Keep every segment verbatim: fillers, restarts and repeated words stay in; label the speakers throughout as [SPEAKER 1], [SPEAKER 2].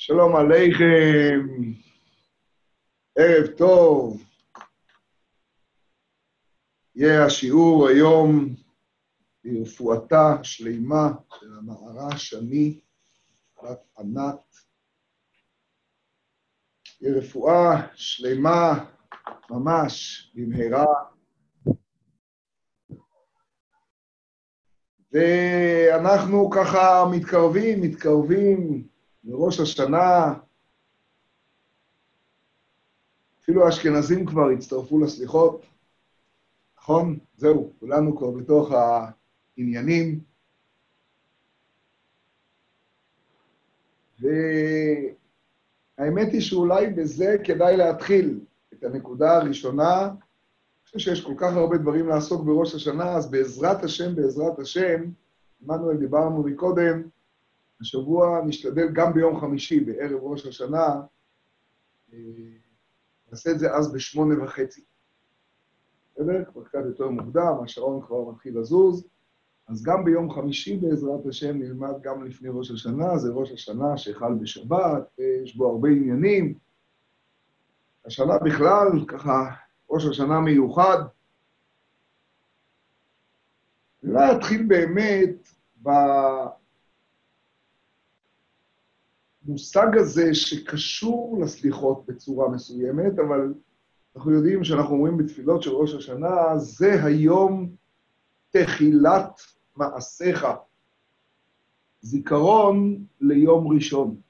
[SPEAKER 1] שלום עליכם, ערב טוב. יהיה השיעור היום ברפואתה השלימה של המערה שני, בת ענת. יהיה רפואה שלמה ממש במהרה. ואנחנו ככה מתקרבים, מתקרבים לראש השנה. אפילו האשכנזים כבר הצטרפו לסליחות. נכון? זהו, כולנו כבר בתוך העניינים. והאמת היא שאולי בזה כדאי להתחיל את הנקודה הראשונה. אני חושב שיש כל כך הרבה דברים לעסוק בראש השנה, אז בעזרת השם, בעזרת השם, עמנואל דיברנו מקודם, השבוע נשתדל גם ביום חמישי, בערב ראש השנה, נעשה את זה אז בשמונה וחצי. בסדר? כבר קצת יותר מוקדם, השעון כבר מתחיל לזוז, אז גם ביום חמישי בעזרת השם נלמד גם לפני ראש השנה, זה ראש השנה שחל בשבת, יש בו הרבה עניינים. השנה בכלל, ככה, ראש השנה מיוחד. אולי אתחיל באמת במושג הזה שקשור לסליחות בצורה מסוימת, אבל אנחנו יודעים שאנחנו אומרים בתפילות של ראש השנה, זה היום תחילת מעשיך, זיכרון ליום ראשון.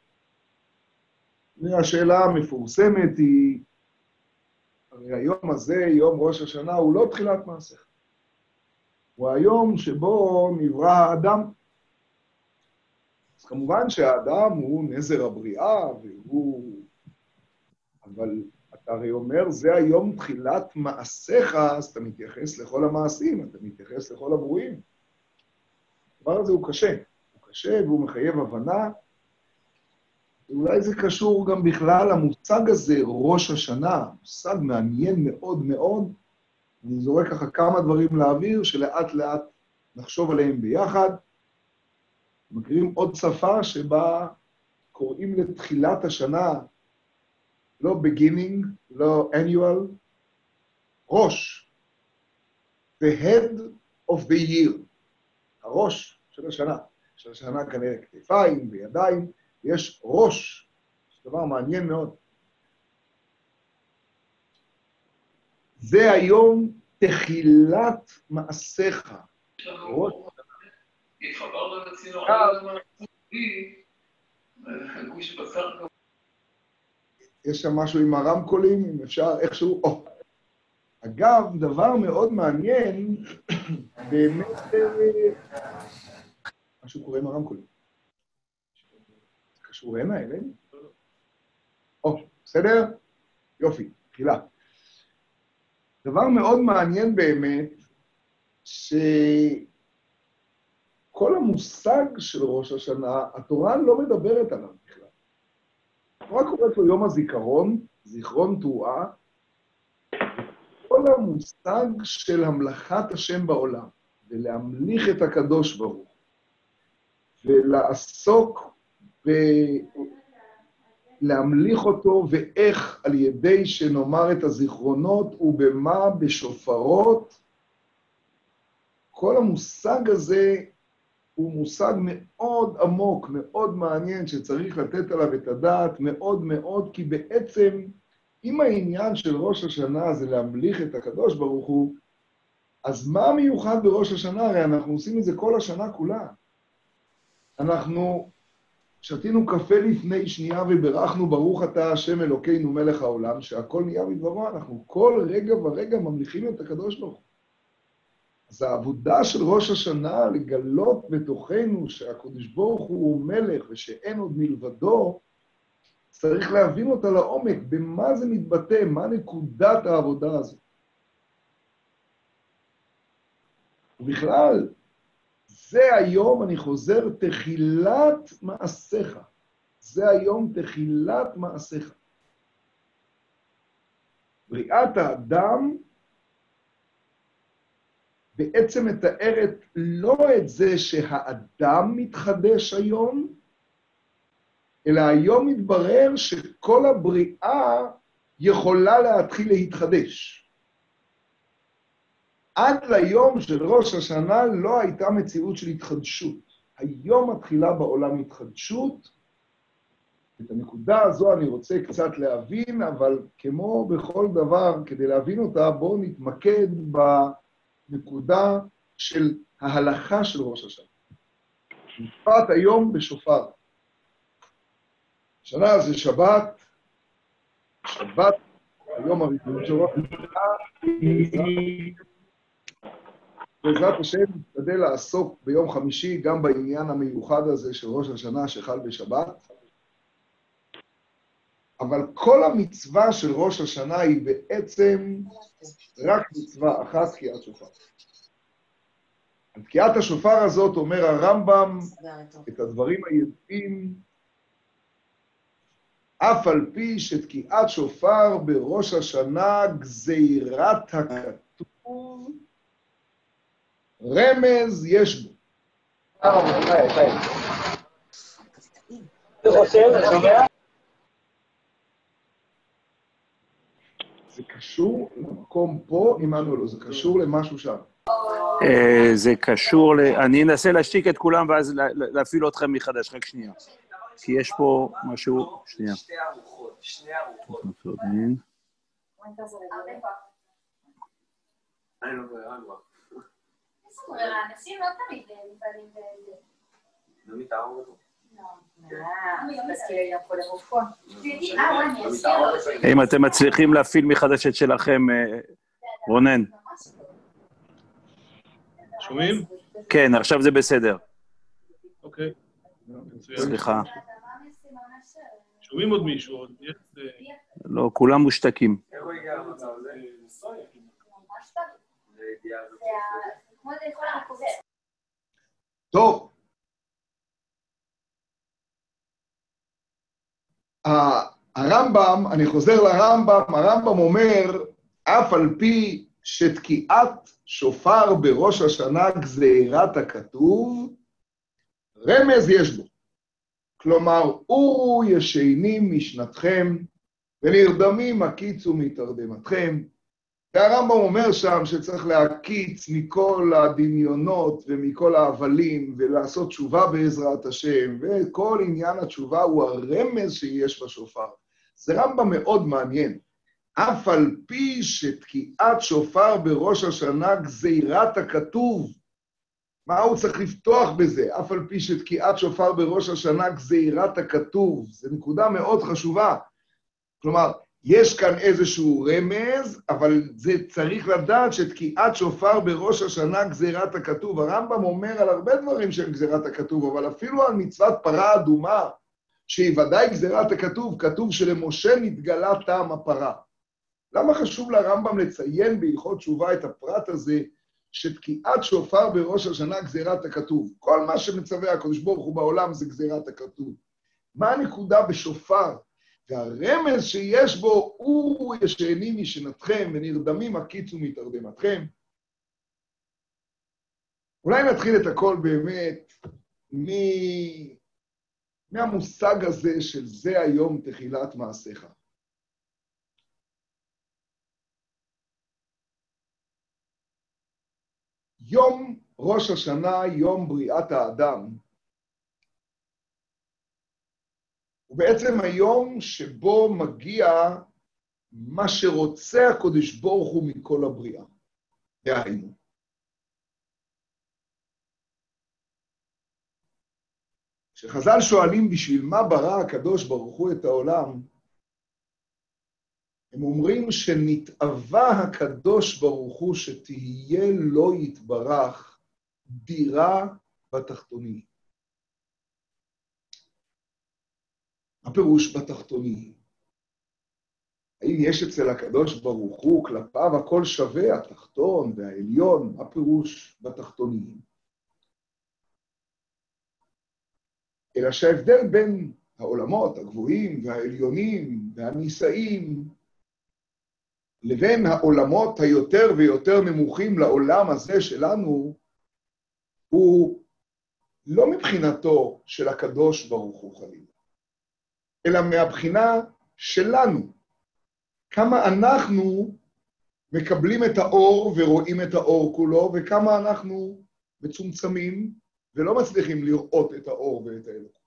[SPEAKER 1] והשאלה המפורסמת היא, הרי היום הזה, יום ראש השנה, הוא לא תחילת מעשיך. הוא היום שבו נברא האדם. אז כמובן שהאדם הוא נזר הבריאה, והוא... אבל אתה הרי אומר, זה היום תחילת מעשיך, אז אתה מתייחס לכל המעשים, אתה מתייחס לכל הברואים. הדבר הזה הוא קשה. הוא קשה והוא מחייב הבנה. ואולי זה קשור גם בכלל למושג הזה, ראש השנה. מושג מעניין מאוד מאוד. אני זורק ככה כמה דברים לאוויר, שלאט לאט נחשוב עליהם ביחד. מכירים עוד שפה שבה קוראים לתחילת השנה, לא beginning, לא annual, ראש. The head of the year. הראש של השנה. של השנה כנראה כתפיים וידיים, יש ראש. זה דבר מעניין מאוד. זה היום תחילת מעשיך. ראש.
[SPEAKER 2] התחברנו לצינור, גוש בשר.
[SPEAKER 1] יש שם משהו עם הרמקולים, אם אפשר איכשהו... או. אגב, דבר מאוד מעניין, באמת... משהו קורה עם הרמקולים. זה קשור הנה, אלינו? או, בסדר? יופי, תחילה. דבר מאוד מעניין באמת, שכל המושג של ראש השנה, התורה לא מדברת עליו בכלל. התורה קוראת לו יום הזיכרון, זיכרון תרועה, כל המושג של המלכת השם בעולם, ולהמליך את הקדוש ברוך, ולעסוק ולהמליך אותו, ואיך על ידי שנאמר את הזיכרונות, ובמה בשופרות, כל המושג הזה הוא מושג מאוד עמוק, מאוד מעניין, שצריך לתת עליו את הדעת מאוד מאוד, כי בעצם, אם העניין של ראש השנה זה להמליך את הקדוש ברוך הוא, אז מה מיוחד בראש השנה? הרי אנחנו עושים את זה כל השנה כולה. אנחנו שתינו קפה לפני שנייה וברכנו ברוך אתה השם אלוקינו מלך העולם, שהכל נהיה מדברו, אנחנו כל רגע ורגע ממליכים את הקדוש ברוך הוא. אז העבודה של ראש השנה לגלות בתוכנו שהקדוש ברוך הוא מלך ושאין עוד מלבדו, צריך להבין אותה לעומק, במה זה מתבטא, מה נקודת העבודה הזאת. ובכלל, זה היום, אני חוזר, תחילת מעשיך. זה היום תחילת מעשיך. בריאת האדם בעצם מתארת לא את זה שהאדם מתחדש היום, אלא היום מתברר שכל הבריאה יכולה להתחיל להתחדש. עד ליום של ראש השנה לא הייתה מציאות של התחדשות. היום מתחילה בעולם התחדשות. את הנקודה הזו אני רוצה קצת להבין, אבל כמו בכל דבר, כדי להבין אותה, בואו נתמקד בנקודה של ההלכה של ראש השנה. נשפט היום בשופר. שנה זה שבת, שבת, היום הראשון של ראש השנה, בעזרת השם נשתדל לעסוק ביום חמישי גם בעניין המיוחד הזה של ראש השנה שחל בשבת, אבל כל המצווה של ראש השנה היא בעצם רק מצווה אחת, תקיעת שופר. על תקיעת השופר הזאת אומר הרמב"ם את הדברים היפים, אף על פי שתקיעת שופר בראש השנה גזירת הכתוב, רמז יש בו. זה קשור למקום פה, עמנואל, זה קשור למשהו שם.
[SPEAKER 3] זה קשור ל... אני אנסה להשתיק את כולם ואז להפעיל אתכם מחדש, רק שנייה. כי יש פה משהו... שנייה. שתי ארוחות, שני ארוחות. אני לא רואה, אני רואה.
[SPEAKER 4] אנשים לא תמיד מתפעלים בזה.
[SPEAKER 3] לא מתאר אותו. אם אתם מצליחים להפעיל מחדש את שלכם, רונן.
[SPEAKER 5] שומעים?
[SPEAKER 3] כן, עכשיו זה בסדר.
[SPEAKER 5] אוקיי.
[SPEAKER 3] סליחה.
[SPEAKER 5] שומעים עוד מישהו?
[SPEAKER 3] לא, כולם מושתקים.
[SPEAKER 4] כמו זה יכול להקובר.
[SPEAKER 1] טוב. הרמב"ם, אני חוזר לרמב"ם, הרמב"ם אומר, אף על פי שתקיעת שופר בראש השנה גזירת הכתוב, רמז יש בו. כלומר, אורו ישנים משנתכם, ונרדמים הקיצו מתרדמתכם. והרמב"ם אומר שם שצריך להקיץ מכל הדמיונות ומכל ההבלים, ולעשות תשובה בעזרת השם, וכל עניין התשובה הוא הרמז שיש בשופר. זה רמב"ם מאוד מעניין. אף על פי שתקיעת שופר בראש השנה גזירת הכתוב, מה הוא צריך לפתוח בזה? אף על פי שתקיעת שופר בראש השנה גזירת הכתוב, זו נקודה מאוד חשובה. כלומר, יש כאן איזשהו רמז, אבל זה צריך לדעת שתקיעת שופר בראש השנה גזירת הכתוב. הרמב"ם אומר על הרבה דברים של גזירת הכתוב, אבל אפילו על מצוות פרה אדומה, שהיא ודאי גזירת הכתוב, כתוב שלמשה נתגלה טעם הפרה. למה חשוב לרמב"ם לציין בהלכות תשובה את הפרט הזה, שתקיעת שופר בראש השנה גזירת הכתוב? כל מה שמצווה הקדוש ברוך הוא בעולם זה גזירת הכתוב. מה הנקודה בשופר? והרמז שיש בו, אורו ישנים משנתכם, ונרדמים הקיצו מתרדמתכם. אולי נתחיל את הכל באמת מ... מהמושג הזה של זה היום תחילת מעשיך. יום ראש השנה, יום בריאת האדם, הוא בעצם היום שבו מגיע מה שרוצה הקדוש ברוך הוא מכל הבריאה. דהיינו. כשחז"ל שואלים בשביל מה ברא הקדוש ברוך הוא את העולם, הם אומרים שנתאווה הקדוש ברוך הוא שתהיה לא יתברך דירה בתחתונים. הפירוש בתחתונים. האם יש אצל הקדוש ברוך הוא כלפיו הכל שווה, התחתון והעליון, הפירוש בתחתונים. אלא שההבדל בין העולמות הגבוהים והעליונים והנישאים, לבין העולמות היותר ויותר נמוכים לעולם הזה שלנו, הוא לא מבחינתו של הקדוש ברוך הוא חלילה. אלא מהבחינה שלנו. כמה אנחנו מקבלים את האור ורואים את האור כולו, וכמה אנחנו מצומצמים ולא מצליחים לראות את האור ואת האלוקות.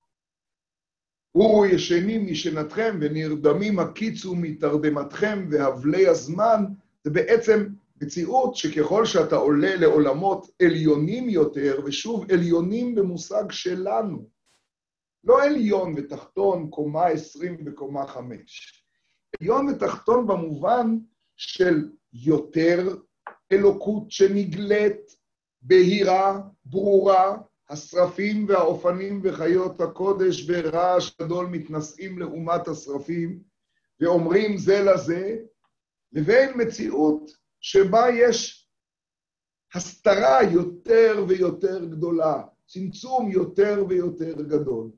[SPEAKER 1] אורו ישנים משנתכם ונרדמים הקיצו מתרדמתכם והבלי הזמן, זה בעצם מציאות שככל שאתה עולה לעולמות עליונים יותר, ושוב עליונים במושג שלנו, לא עליון ותחתון, קומה עשרים וקומה חמש. עליון ותחתון במובן של יותר אלוקות שנגלית, בהירה, ברורה, השרפים והאופנים וחיות הקודש ורעש גדול מתנשאים לעומת השרפים, ואומרים זה לזה, לבין מציאות שבה יש הסתרה יותר ויותר גדולה, צמצום יותר ויותר גדול.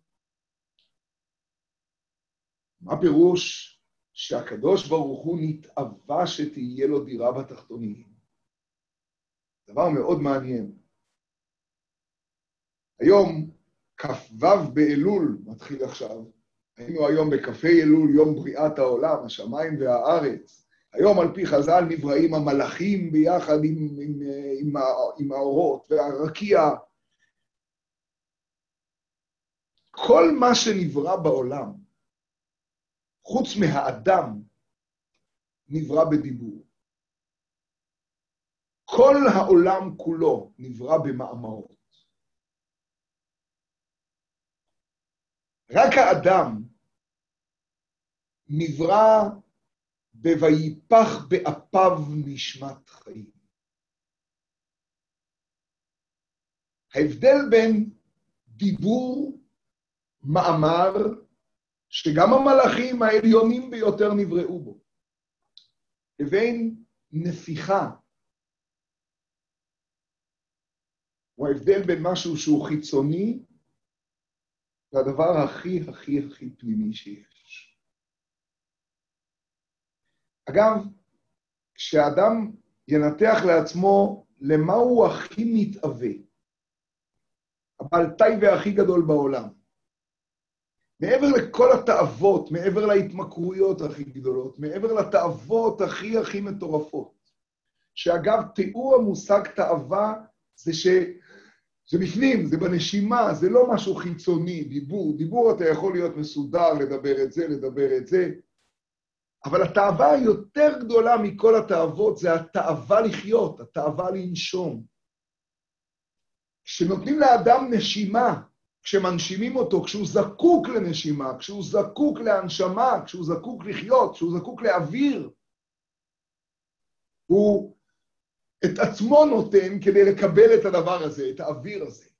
[SPEAKER 1] מה פירוש שהקדוש ברוך הוא נתאווה שתהיה לו דירה בתחתונים? דבר מאוד מעניין. היום, כ"ו באלול מתחיל עכשיו, היינו היום בכ"ה אלול, יום בריאת העולם, השמיים והארץ. היום על פי חז"ל נבראים המלאכים ביחד עם, עם, עם, עם האורות והרקיע. כל מה שנברא בעולם, חוץ מהאדם, נברא בדיבור. כל העולם כולו נברא במאמרות. רק האדם נברא ב"ויפח באפיו נשמת חיים". ההבדל בין דיבור, מאמר, שגם המלאכים העליונים ביותר נבראו בו, לבין נפיחה, הוא ההבדל בין משהו שהוא חיצוני, והדבר הכי הכי הכי פנימי שיש. אגב, כשאדם ינתח לעצמו למה הוא הכי מתאווה, הבעלתאי והכי גדול בעולם, מעבר לכל התאוות, מעבר להתמכרויות הכי גדולות, מעבר לתאוות הכי הכי מטורפות, שאגב, תיאור המושג תאווה זה ש... זה בפנים, זה בנשימה, זה לא משהו חיצוני, דיבור. דיבור אתה יכול להיות מסודר, לדבר את זה, לדבר את זה. אבל התאווה היותר גדולה מכל התאוות זה התאווה לחיות, התאווה לנשום. כשנותנים לאדם נשימה, כשמנשימים אותו, כשהוא זקוק לנשימה, כשהוא זקוק להנשמה, כשהוא זקוק לחיות, כשהוא זקוק לאוויר, הוא את עצמו נותן כדי לקבל את הדבר הזה, את האוויר הזה.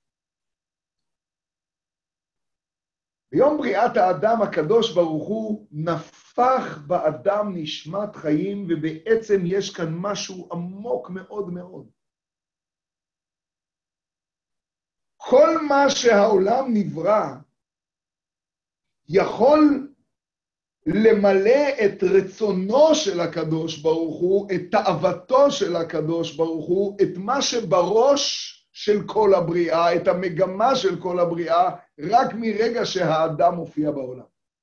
[SPEAKER 1] ביום בריאת האדם הקדוש ברוך הוא נפח באדם נשמת חיים, ובעצם יש כאן משהו עמוק מאוד מאוד. כל מה שהעולם נברא יכול למלא את רצונו של הקדוש ברוך הוא, את תאוותו של הקדוש ברוך הוא, את מה שבראש של כל הבריאה, את המגמה של כל הבריאה, רק מרגע שהאדם מופיע בעולם.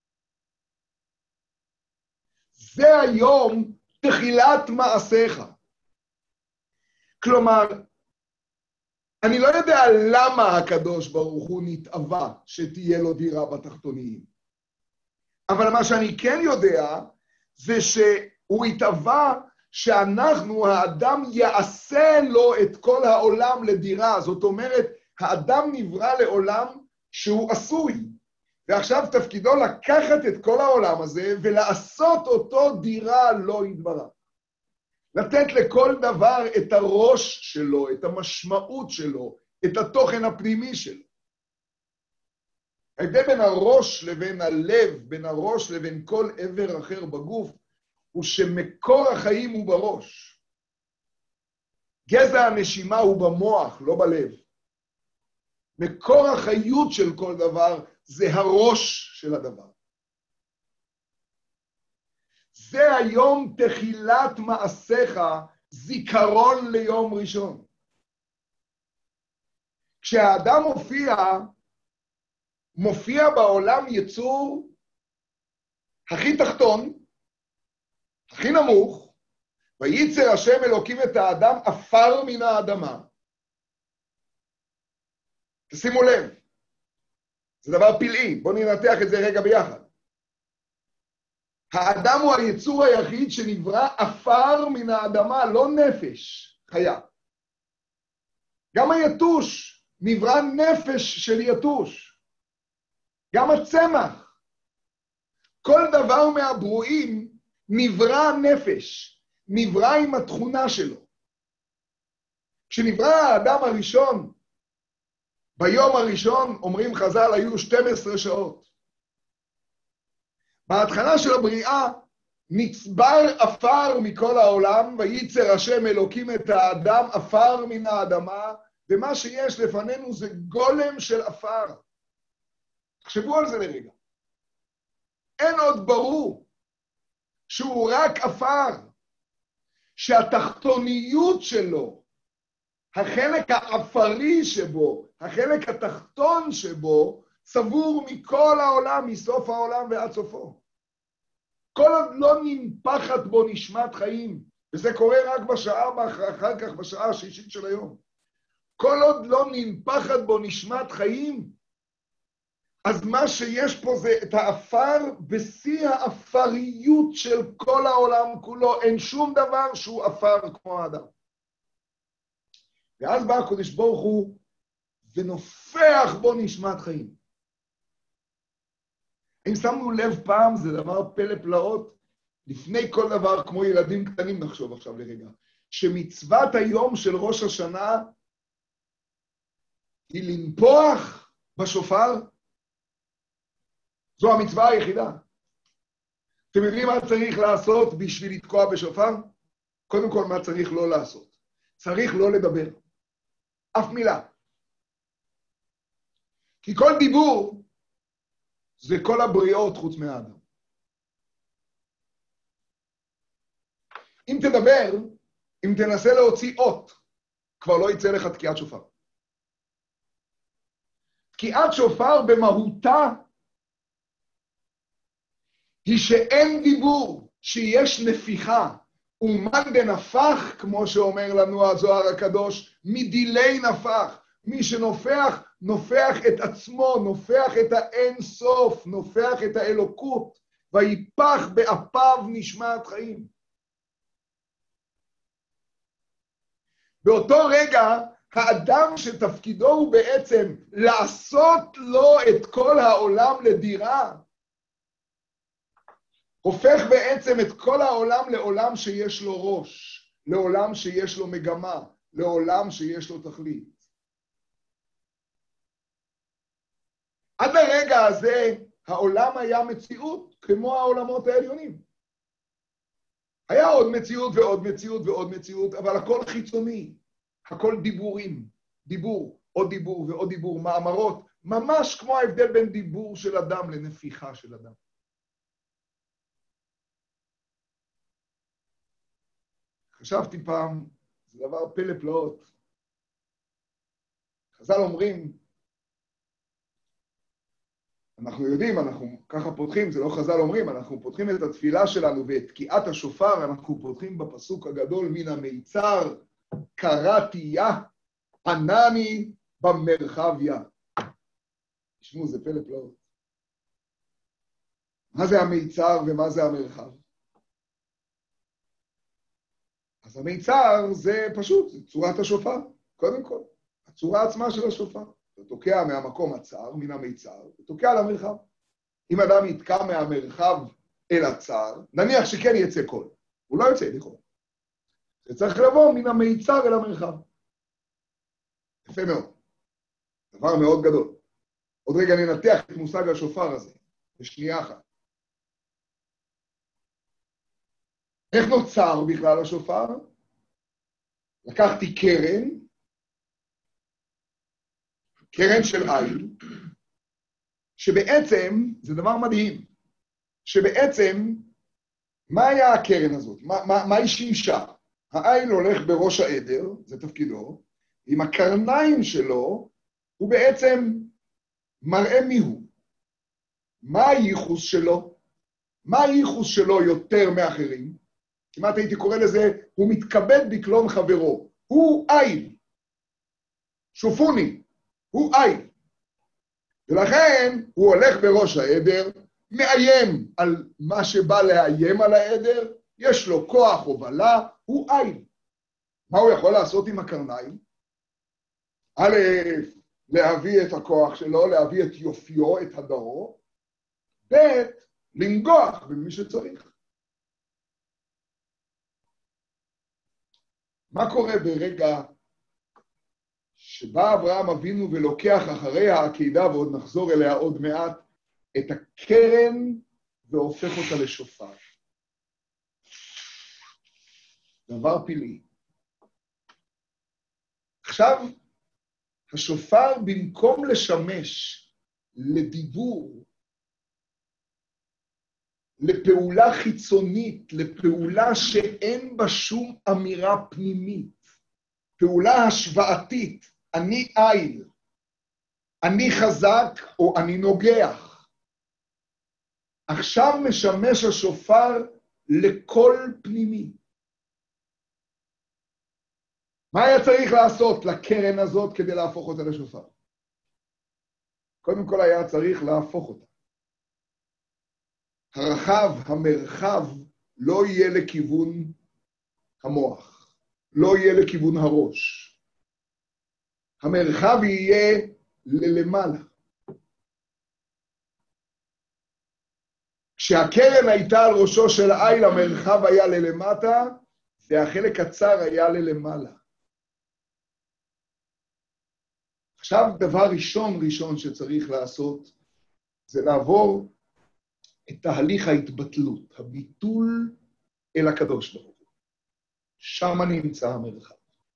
[SPEAKER 1] זה היום תחילת מעשיך. כלומר, אני לא יודע למה הקדוש ברוך הוא נתאווה שתהיה לו דירה בתחתונים. אבל מה שאני כן יודע, זה שהוא התאווה שאנחנו, האדם יעשה לו את כל העולם לדירה. זאת אומרת, האדם נברא לעולם שהוא עשוי. ועכשיו תפקידו לקחת את כל העולם הזה ולעשות אותו דירה לא יתברך. לתת לכל דבר את הראש שלו, את המשמעות שלו, את התוכן הפנימי שלו. ההבדל בין הראש לבין הלב, בין הראש לבין כל עבר אחר בגוף, הוא שמקור החיים הוא בראש. גזע הנשימה הוא במוח, לא בלב. מקור החיות של כל דבר זה הראש של הדבר. זה היום תחילת מעשיך, זיכרון ליום ראשון. כשהאדם מופיע, מופיע בעולם יצור הכי תחתון, הכי נמוך, וייצר השם אלוקים את האדם עפר מן האדמה. תשימו לב, זה דבר פלאי, בואו ננתח את זה רגע ביחד. האדם הוא היצור היחיד שנברא עפר מן האדמה, לא נפש, חיה. גם היתוש נברא נפש של יתוש. גם הצמח. כל דבר מהברואים נברא נפש, נברא עם התכונה שלו. כשנברא האדם הראשון, ביום הראשון, אומרים חז"ל, היו שתים עשרה שעות. בהתחלה של הבריאה נצבר עפר מכל העולם, וייצר השם אלוקים את האדם עפר מן האדמה, ומה שיש לפנינו זה גולם של עפר. תחשבו על זה לרגע. אין עוד ברור שהוא רק עפר, שהתחתוניות שלו, החלק העפרי שבו, החלק התחתון שבו, סבור מכל העולם, מסוף העולם ועד סופו. כל עוד לא ננפחת בו נשמת חיים, וזה קורה רק בשעה, אחר כך בשעה השישית של היום. כל עוד לא ננפחת בו נשמת חיים, אז מה שיש פה זה את האפר בשיא האפריות של כל העולם כולו. אין שום דבר שהוא אפר כמו האדם. ואז בא הקדוש ברוך הוא ונופח בו נשמת חיים. אם שמנו לב פעם, זה דבר פלא פלאות, לפני כל דבר, כמו ילדים קטנים נחשוב עכשיו לרגע, שמצוות היום של ראש השנה היא לנפוח בשופר. זו המצווה היחידה. אתם יודעים מה צריך לעשות בשביל לתקוע בשופר? קודם כל, מה צריך לא לעשות? צריך לא לדבר. אף מילה. כי כל דיבור זה כל הבריאות חוץ מהאדם. אם תדבר, אם תנסה להוציא אות, כבר לא יצא לך תקיעת שופר. תקיעת שופר במהותה היא שאין דיבור, שיש נפיחה, ומאן דנפח, כמו שאומר לנו הזוהר הקדוש, מדילי נפח. מי שנופח, נופח את עצמו, נופח את האין סוף, נופח את האלוקות, ויפח באפיו נשמת חיים. באותו רגע, האדם שתפקידו הוא בעצם לעשות לו את כל העולם לדירה, הופך בעצם את כל העולם לעולם שיש לו ראש, לעולם שיש לו מגמה, לעולם שיש לו תכלית. עד הרגע הזה, העולם היה מציאות כמו העולמות העליונים. היה עוד מציאות ועוד מציאות ועוד מציאות, אבל הכל חיצוני, הכל דיבורים, דיבור, עוד דיבור ועוד דיבור, מאמרות, ממש כמו ההבדל בין דיבור של אדם לנפיחה של אדם. חשבתי פעם, זה דבר פלא פלאות. חז"ל אומרים, אנחנו יודעים, אנחנו ככה פותחים, זה לא חז"ל אומרים, אנחנו פותחים את התפילה שלנו ואת תקיעת השופר, אנחנו פותחים בפסוק הגדול, מן המיצר, קראתיה, ענני במרחביה. תשמעו, זה פלא פלאות. מה זה המיצר ומה זה המרחב? אז המיצר זה פשוט, זה צורת השופר, קודם כל. הצורה עצמה של השופר. אתה תוקע מהמקום הצר, מן המיצר, ותוקע למרחב. אם אדם יתקע מהמרחב אל הצר, נניח שכן יצא קול. הוא לא יוצא לכאורה. זה צריך לבוא מן המיצר אל המרחב. יפה מאוד. דבר מאוד גדול. עוד רגע ננתח את מושג השופר הזה, בשנייה אחת. איך נוצר בכלל השופר? לקחתי קרן, קרן של עיל, שבעצם, זה דבר מדהים, שבעצם, מה היה הקרן הזאת? מה, מה, מה היא שימשה? העיל הולך בראש העדר, זה תפקידו, עם הקרניים שלו, הוא בעצם מראה מיהו. מה הייחוס שלו? מה הייחוס שלו יותר מאחרים? כמעט הייתי קורא לזה, הוא מתכבד בקלון חברו. הוא איל. שופוני. הוא איל. ולכן הוא הולך בראש העדר, מאיים על מה שבא לאיים על העדר, יש לו כוח הובלה, הוא איל. מה הוא יכול לעשות עם הקרניים? א', להביא את הכוח שלו, להביא את יופיו, את הדרו, ב', לנגוח במי שצריך. מה קורה ברגע שבא אברהם אבינו ולוקח אחרי העקידה, ועוד נחזור אליה עוד מעט, את הקרן והופך אותה לשופר? דבר פלאי. עכשיו, השופר במקום לשמש לדיבור, לפעולה חיצונית, לפעולה שאין בה שום אמירה פנימית, פעולה השוואתית, אני איל, אני חזק או אני נוגח. עכשיו משמש השופר לכל פנימי. מה היה צריך לעשות לקרן הזאת כדי להפוך אותה לשופר? קודם כל היה צריך להפוך אותה. הרחב, המרחב, לא יהיה לכיוון המוח, לא יהיה לכיוון הראש. המרחב יהיה ללמעלה. כשהקרן הייתה על ראשו של איל, המרחב היה ללמטה, והחלק הצר היה ללמעלה. עכשיו, דבר ראשון ראשון שצריך לעשות, זה לעבור את תהליך ההתבטלות, הביטול אל הקדוש ברוך הוא. שם נמצא המרחב.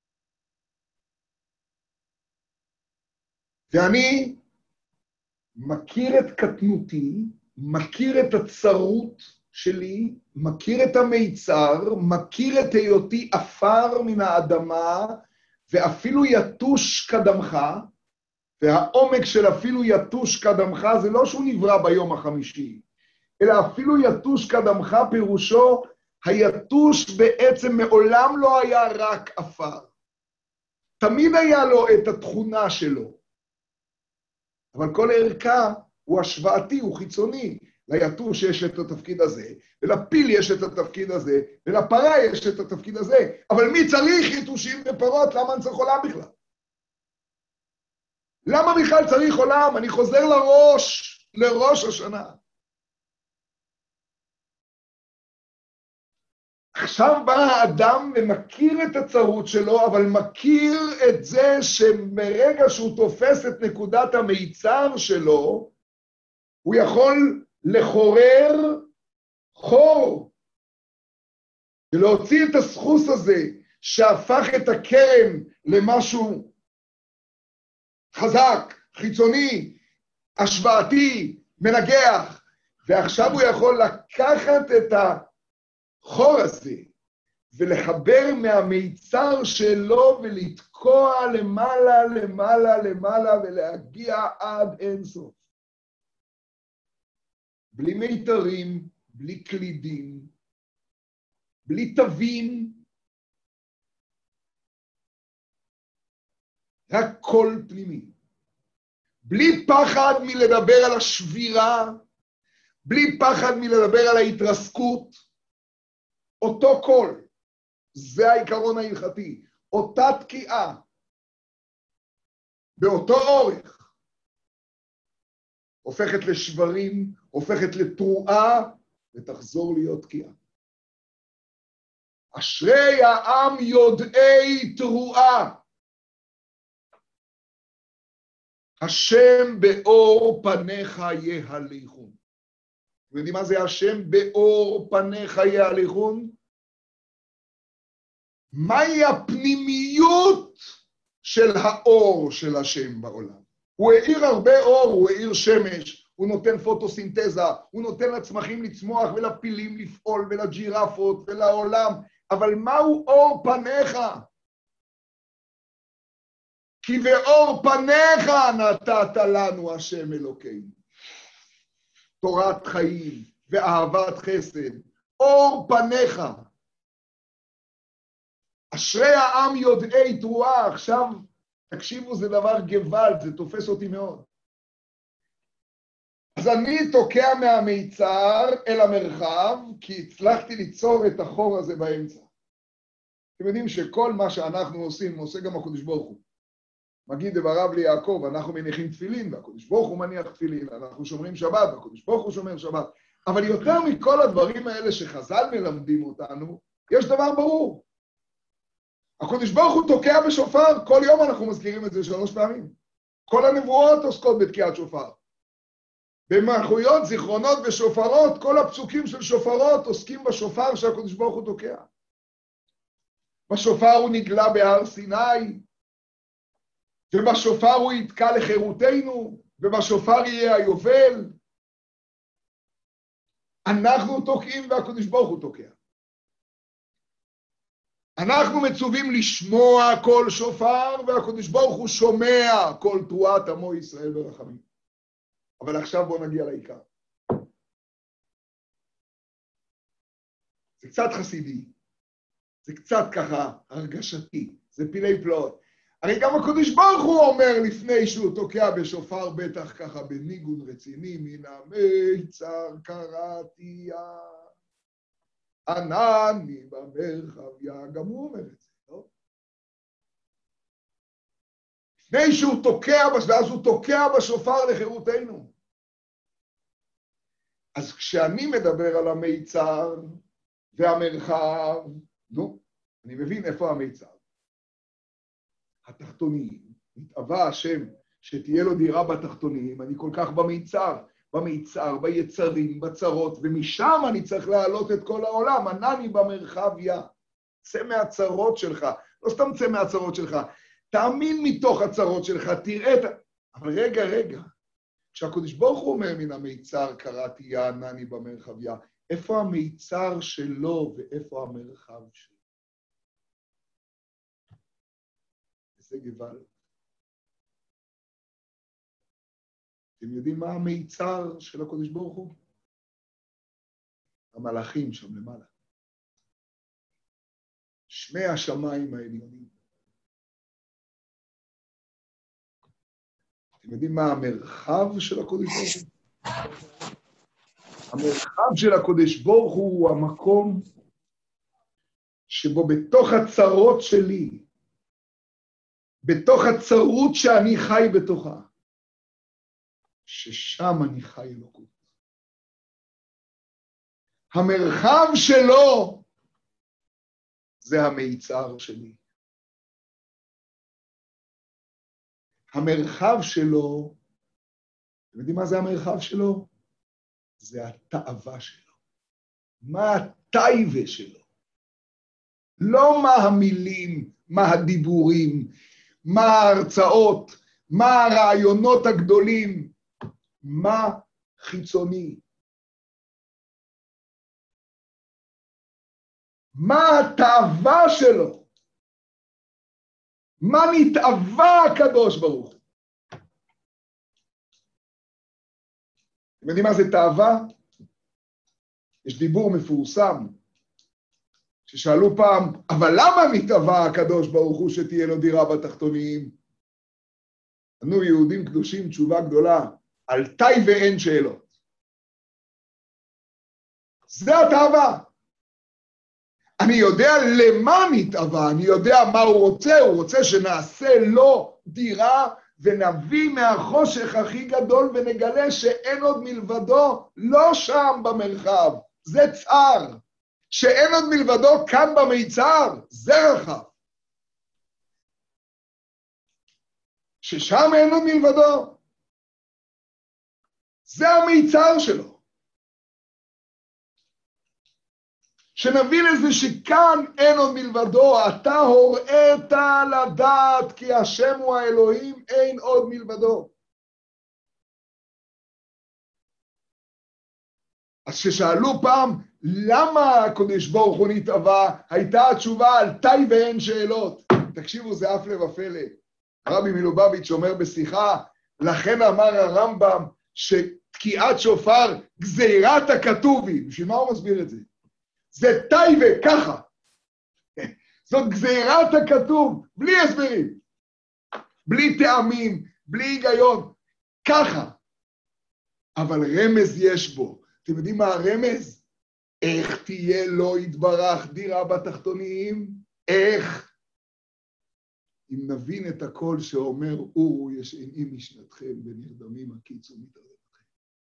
[SPEAKER 1] ואני מכיר את קטנותי, מכיר את הצרות שלי, מכיר את המיצר, מכיר את היותי אפר מן האדמה, ואפילו יתוש קדמך, והעומק של אפילו יתוש קדמך, זה לא שהוא נברא ביום החמישי, אלא אפילו יתוש קדמך פירושו, היתוש בעצם מעולם לא היה רק אפר. תמיד היה לו את התכונה שלו. אבל כל ערכה הוא השוואתי, הוא חיצוני. ליתוש יש את התפקיד הזה, ולפיל יש את התפקיד הזה, ולפרה יש את התפקיד הזה. אבל מי צריך יתושים ופרות? למה אני צריך עולם בכלל? למה בכלל צריך עולם? אני חוזר לראש, לראש השנה. עכשיו בא האדם ומכיר את הצרות שלו, אבל מכיר את זה שמרגע שהוא תופס את נקודת המיצר שלו, הוא יכול לחורר חור, ולהוציא את הסחוס הזה שהפך את הקרן למשהו חזק, חיצוני, השוואתי, מנגח, ועכשיו הוא יכול לקחת את החור הזה ולחבר מהמיצר שלו ולתקוע למעלה, למעלה, למעלה ולהגיע עד אינסוף. בלי מיתרים, בלי קלידים, בלי תווים, רק קול פנימי. בלי פחד מלדבר על השבירה, בלי פחד מלדבר על ההתרסקות, אותו קול, זה העיקרון ההלכתי, אותה תקיעה, באותו אורך, הופכת לשברים, הופכת לתרועה, ותחזור להיות תקיעה. אשרי העם יודעי תרועה. השם באור פניך יהליכון. אתם יודעים מה זה השם באור פניך יהליכון? מהי הפנימיות של האור של השם בעולם? הוא האיר הרבה אור, הוא האיר שמש, הוא נותן פוטוסינתזה, הוא נותן לצמחים לצמוח ולפילים לפעול ולג'ירפות ולעולם, אבל מהו אור פניך? כי באור פניך נתת לנו השם אלוקינו. תורת חיים ואהבת חסד, אור פניך. אשרי העם יודעי תרועה. עכשיו, תקשיבו, זה דבר גוואלד, זה תופס אותי מאוד. אז אני תוקע מהמיצר אל המרחב, כי הצלחתי ליצור את החור הזה באמצע. אתם יודעים שכל מה שאנחנו עושים, עושה גם הקדוש ברוך הוא. מגיד דבריו ליעקב, אנחנו מניחים תפילין, והקדוש ברוך הוא מניח תפילין, אנחנו שומרים שבת, והקדוש ברוך הוא שומר שבת. אבל יותר מכל הדברים האלה שחז"ל מלמדים אותנו, יש דבר ברור. הקדוש ברוך הוא תוקע בשופר, כל יום אנחנו מזכירים את זה שלוש פעמים. כל הנבואות עוסקות בתקיעת שופר. במלכויות, זיכרונות ושופרות, כל הפסוקים של שופרות עוסקים בשופר שהקדוש ברוך הוא תוקע. בשופר הוא נגלה בהר סיני, ובשופר הוא יתקע לחירותנו, ובשופר יהיה היובל. אנחנו תוקעים והקדוש ברוך הוא תוקע. אנחנו מצווים לשמוע כל שופר, והקדוש ברוך הוא שומע כל תרועת עמו ישראל ברחמים. אבל עכשיו בואו נגיע לעיקר. זה קצת חסידי, זה קצת ככה הרגשתי, זה פילי פלאות. הרי גם הקדוש ברוך הוא אומר לפני שהוא תוקע בשופר, בטח ככה בניגון רציני, מן המיצר קראתי ענני במרחביה, גם הוא אומר את זה, לא? לפני שהוא תוקע, ואז הוא תוקע בשופר לחירותנו. אז כשאני מדבר על המיצר והמרחב, נו, אני מבין איפה המיצר. התחתונים, נתאווה השם שתהיה לו דירה בתחתונים, אני כל כך במיצר, במיצר, ביצרים, בצרות, ומשם אני צריך להעלות את כל העולם, ענני במרחביה. צא מהצרות שלך, לא סתם צא מהצרות שלך, תאמין מתוך הצרות שלך, תראה את... אבל רגע, רגע, כשהקדוש ברוך הוא אומר מן המיצר קראתי ענני במרחביה, איפה המיצר שלו ואיפה המרחב שלו? זה גבל. אתם יודעים מה המיצר של הקדוש ברוך הוא? המלאכים שם למעלה. שני השמיים העליונים. אתם יודעים מה המרחב של הקדוש ברוך הוא? המרחב של הקדוש ברוך הוא המקום שבו בתוך הצרות שלי, בתוך הצרות שאני חי בתוכה, ששם אני חי אלוקות. המרחב שלו זה המיצר שלי. המרחב שלו, אתם יודעים מה זה המרחב שלו? זה התאווה שלו. מה הטייבה שלו? לא מה המילים, מה הדיבורים, מה ההרצאות, מה הרעיונות הגדולים, מה חיצוני. מה התאווה שלו? מה נתאווה הקדוש ברוך הוא? אתם יודעים מה זה תאווה? יש דיבור מפורסם, ששאלו פעם, אבל למה נתאווה הקדוש ברוך הוא שתהיה לו דירה בתחתונים? ענו יהודים קדושים תשובה גדולה, על תאי ואין שאלות. זה התאווה. אני יודע למה נתאווה, אני יודע מה הוא רוצה, הוא רוצה שנעשה לו דירה, ונביא מהחושך הכי גדול ונגלה שאין עוד מלבדו, לא שם במרחב, זה צער. שאין עוד מלבדו כאן במיצר, זה רחב. ששם אין עוד מלבדו. זה המיצר שלו. שנביא לזה שכאן אין עוד מלבדו, אתה הוראת לדעת כי השם הוא האלוהים, אין עוד מלבדו. אז ששאלו פעם, למה הקדוש ברוך הוא נתאווה? הייתה התשובה על תאי ואין שאלות. תקשיבו, זה אף לבפלא. רבי מלובביץ' אומר בשיחה, לכן אמר הרמב"ם, ש... תקיעת שופר, גזירת הכתובים. בשביל מה הוא מסביר את זה? זה טייבה, ככה. זאת גזירת הכתוב, בלי הסברים, בלי טעמים, בלי היגיון, ככה. אבל רמז יש בו. אתם יודעים מה הרמז? איך תהיה לו יתברך דירה בתחתונים? איך? אם נבין את הקול שאומר, אורו ישנים משנתכם ונרדמים הקיצו מתערבתכם.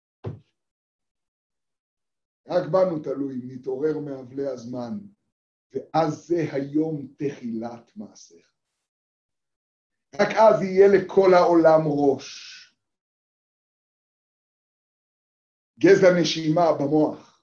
[SPEAKER 1] רק בנו תלוי, אם נתעורר מאבלי הזמן, ואז זה היום תחילת מעשיך. רק אז יהיה לכל העולם ראש. גזע נשימה במוח.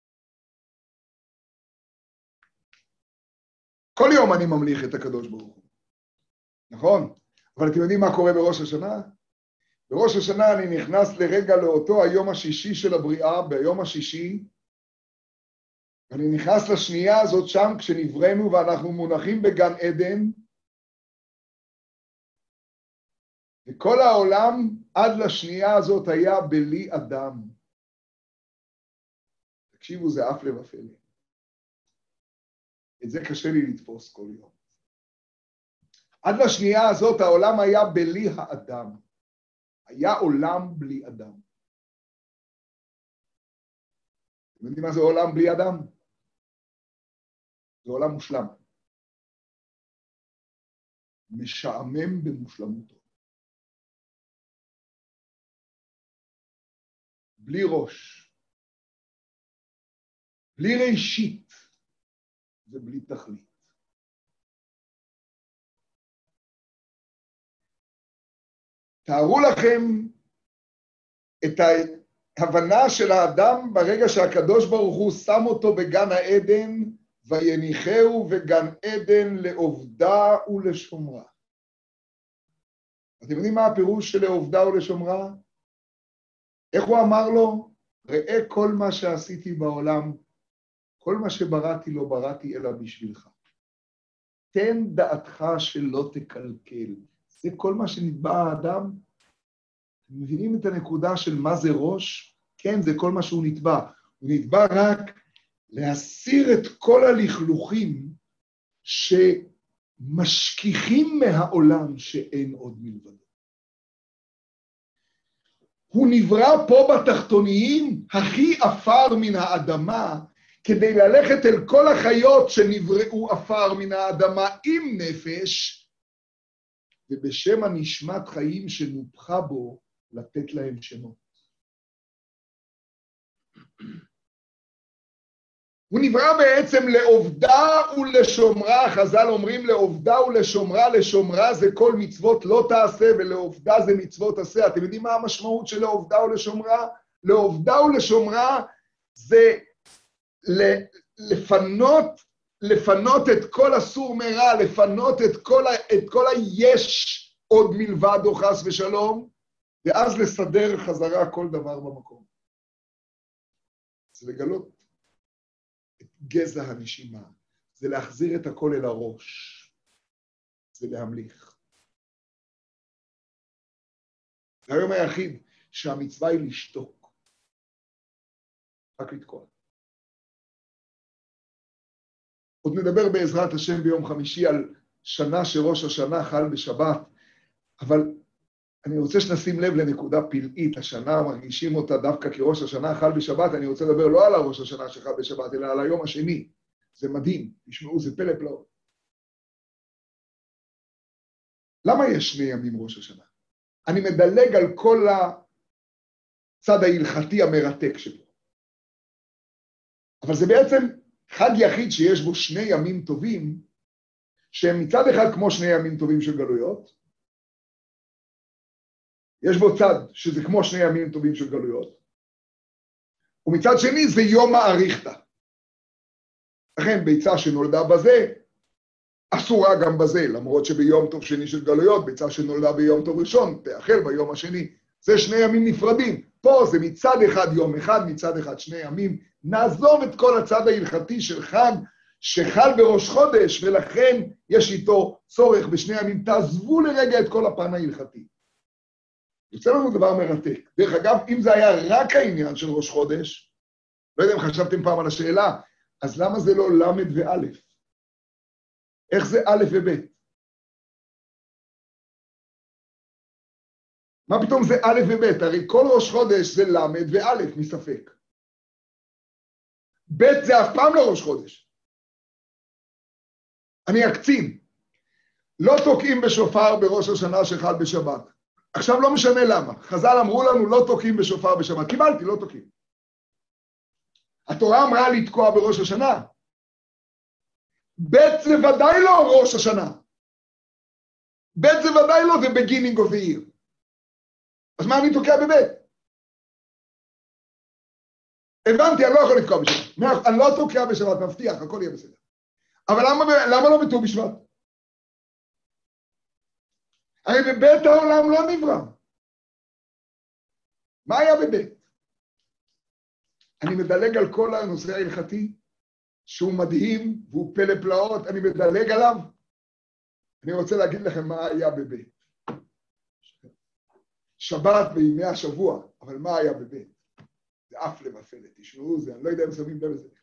[SPEAKER 1] כל יום אני ממליך את הקדוש ברוך הוא. נכון? אבל אתם יודעים מה קורה בראש השנה? בראש השנה אני נכנס לרגע לאותו היום השישי של הבריאה, ביום השישי, אני נכנס לשנייה הזאת שם כשנבראנו ואנחנו מונחים בגן עדן, וכל העולם עד לשנייה הזאת היה בלי אדם. תקשיבו, זה אף לבפלא. את זה קשה לי לתפוס כל יום. עד לשנייה הזאת העולם היה בלי האדם. היה עולם בלי אדם. אתם יודעים מה זה עולם בלי אדם? זה עולם מושלם. משעמם במושלמותו. בלי ראש. בלי ראשית. ובלי תכלית. תארו לכם את ההבנה של האדם ברגע שהקדוש ברוך הוא שם אותו בגן העדן, ויניחהו בגן עדן לעובדה ולשומרה. אתם יודעים מה הפירוש של לעובדה ולשומרה? איך הוא אמר לו? ראה כל מה שעשיתי בעולם, כל מה שבראתי לא בראתי אלא בשבילך. תן דעתך שלא תקלקל. זה כל מה שנתבע האדם. אתם מבינים את הנקודה של מה זה ראש? כן, זה כל מה שהוא נתבע. הוא נתבע רק להסיר את כל הלכלוכים שמשכיחים מהעולם שאין עוד מלבדו. הוא נברא פה בתחתוניים הכי אפר מן האדמה, כדי ללכת אל כל החיות שנבראו אפר מן האדמה עם נפש, ובשם הנשמת חיים שנופחה בו, לתת להם שמות. הוא נברא בעצם לעובדה ולשומרה, חז"ל אומרים לעובדה ולשומרה, לשומרה זה כל מצוות לא תעשה, ולעובדה זה מצוות עשה. אתם יודעים מה המשמעות של לעובדה ולשומרה? לעובדה ולשומרה זה לפנות, לפנות את כל אסור מרע, לפנות את כל, את כל היש עוד מלבד או חס ושלום, ואז לסדר חזרה כל דבר במקום. זה לגלות את גזע הנשימה, זה להחזיר את הכל אל הראש, זה להמליך. זה היום היחיד שהמצווה היא לשתוק, רק לתקוע. עוד נדבר בעזרת השם ביום חמישי על שנה שראש השנה חל בשבת, אבל אני רוצה שנשים לב לנקודה פלאית, השנה מרגישים אותה דווקא כראש השנה חל בשבת, אני רוצה לדבר לא על הראש השנה שחל בשבת, אלא על היום השני. זה מדהים, תשמעו, זה פלא פלאות. למה יש שני ימים ראש השנה? אני מדלג על כל הצד ההלכתי המרתק שלו. אבל זה בעצם חג יחיד שיש בו שני ימים טובים, שהם מצד אחד כמו שני ימים טובים של גלויות, יש בו צד שזה כמו שני ימים טובים של גלויות, ומצד שני זה יום האריכתא. לכן ביצה שנולדה בזה, אסורה גם בזה, למרות שביום טוב שני של גלויות, ביצה שנולדה ביום טוב ראשון, תאכל ביום השני. זה שני ימים נפרדים. פה זה מצד אחד יום אחד, מצד אחד שני ימים. נעזוב את כל הצד ההלכתי של חג, שחל בראש חודש, ולכן יש איתו צורך בשני ימים. תעזבו לרגע את כל הפן ההלכתי. יוצא לנו דבר מרתק. דרך אגב, אם זה היה רק העניין של ראש חודש, לא יודע אם חשבתם פעם על השאלה, אז למה זה לא למד ואלף? איך זה א' וב'? מה פתאום זה א' וב'? הרי כל ראש חודש זה למד ואלף מספק. ב' זה אף פעם לא ראש חודש. אני אקצין. לא תוקעים בשופר בראש השנה שחל בשבת. עכשיו לא משנה למה. חז"ל אמרו לנו לא תוקעים בשופר בשבת. קיבלתי, לא תוקעים. התורה אמרה לתקוע בראש השנה. ב' זה ודאי לא ראש השנה. ב' זה ודאי לא, זה beginning of the year. אז מה אני תוקע בב'? הבנתי, אני לא יכול לתקוע בשבת. אני לא תוקע בשבת, מבטיח, הכל יהיה בסדר. אבל למה, למה לא בט"ו בשבט? הרי בבית העולם לא נברא. מה היה בבית? אני מדלג על כל הנושא ההלכתי, שהוא מדהים והוא פלא פלאות, אני מדלג עליו. אני רוצה להגיד לכם מה היה בבית. שבת בימי השבוע, אבל מה היה בבית? זה אף למפלת, תשמעו זה, אני לא יודע אם שמים לב לזה.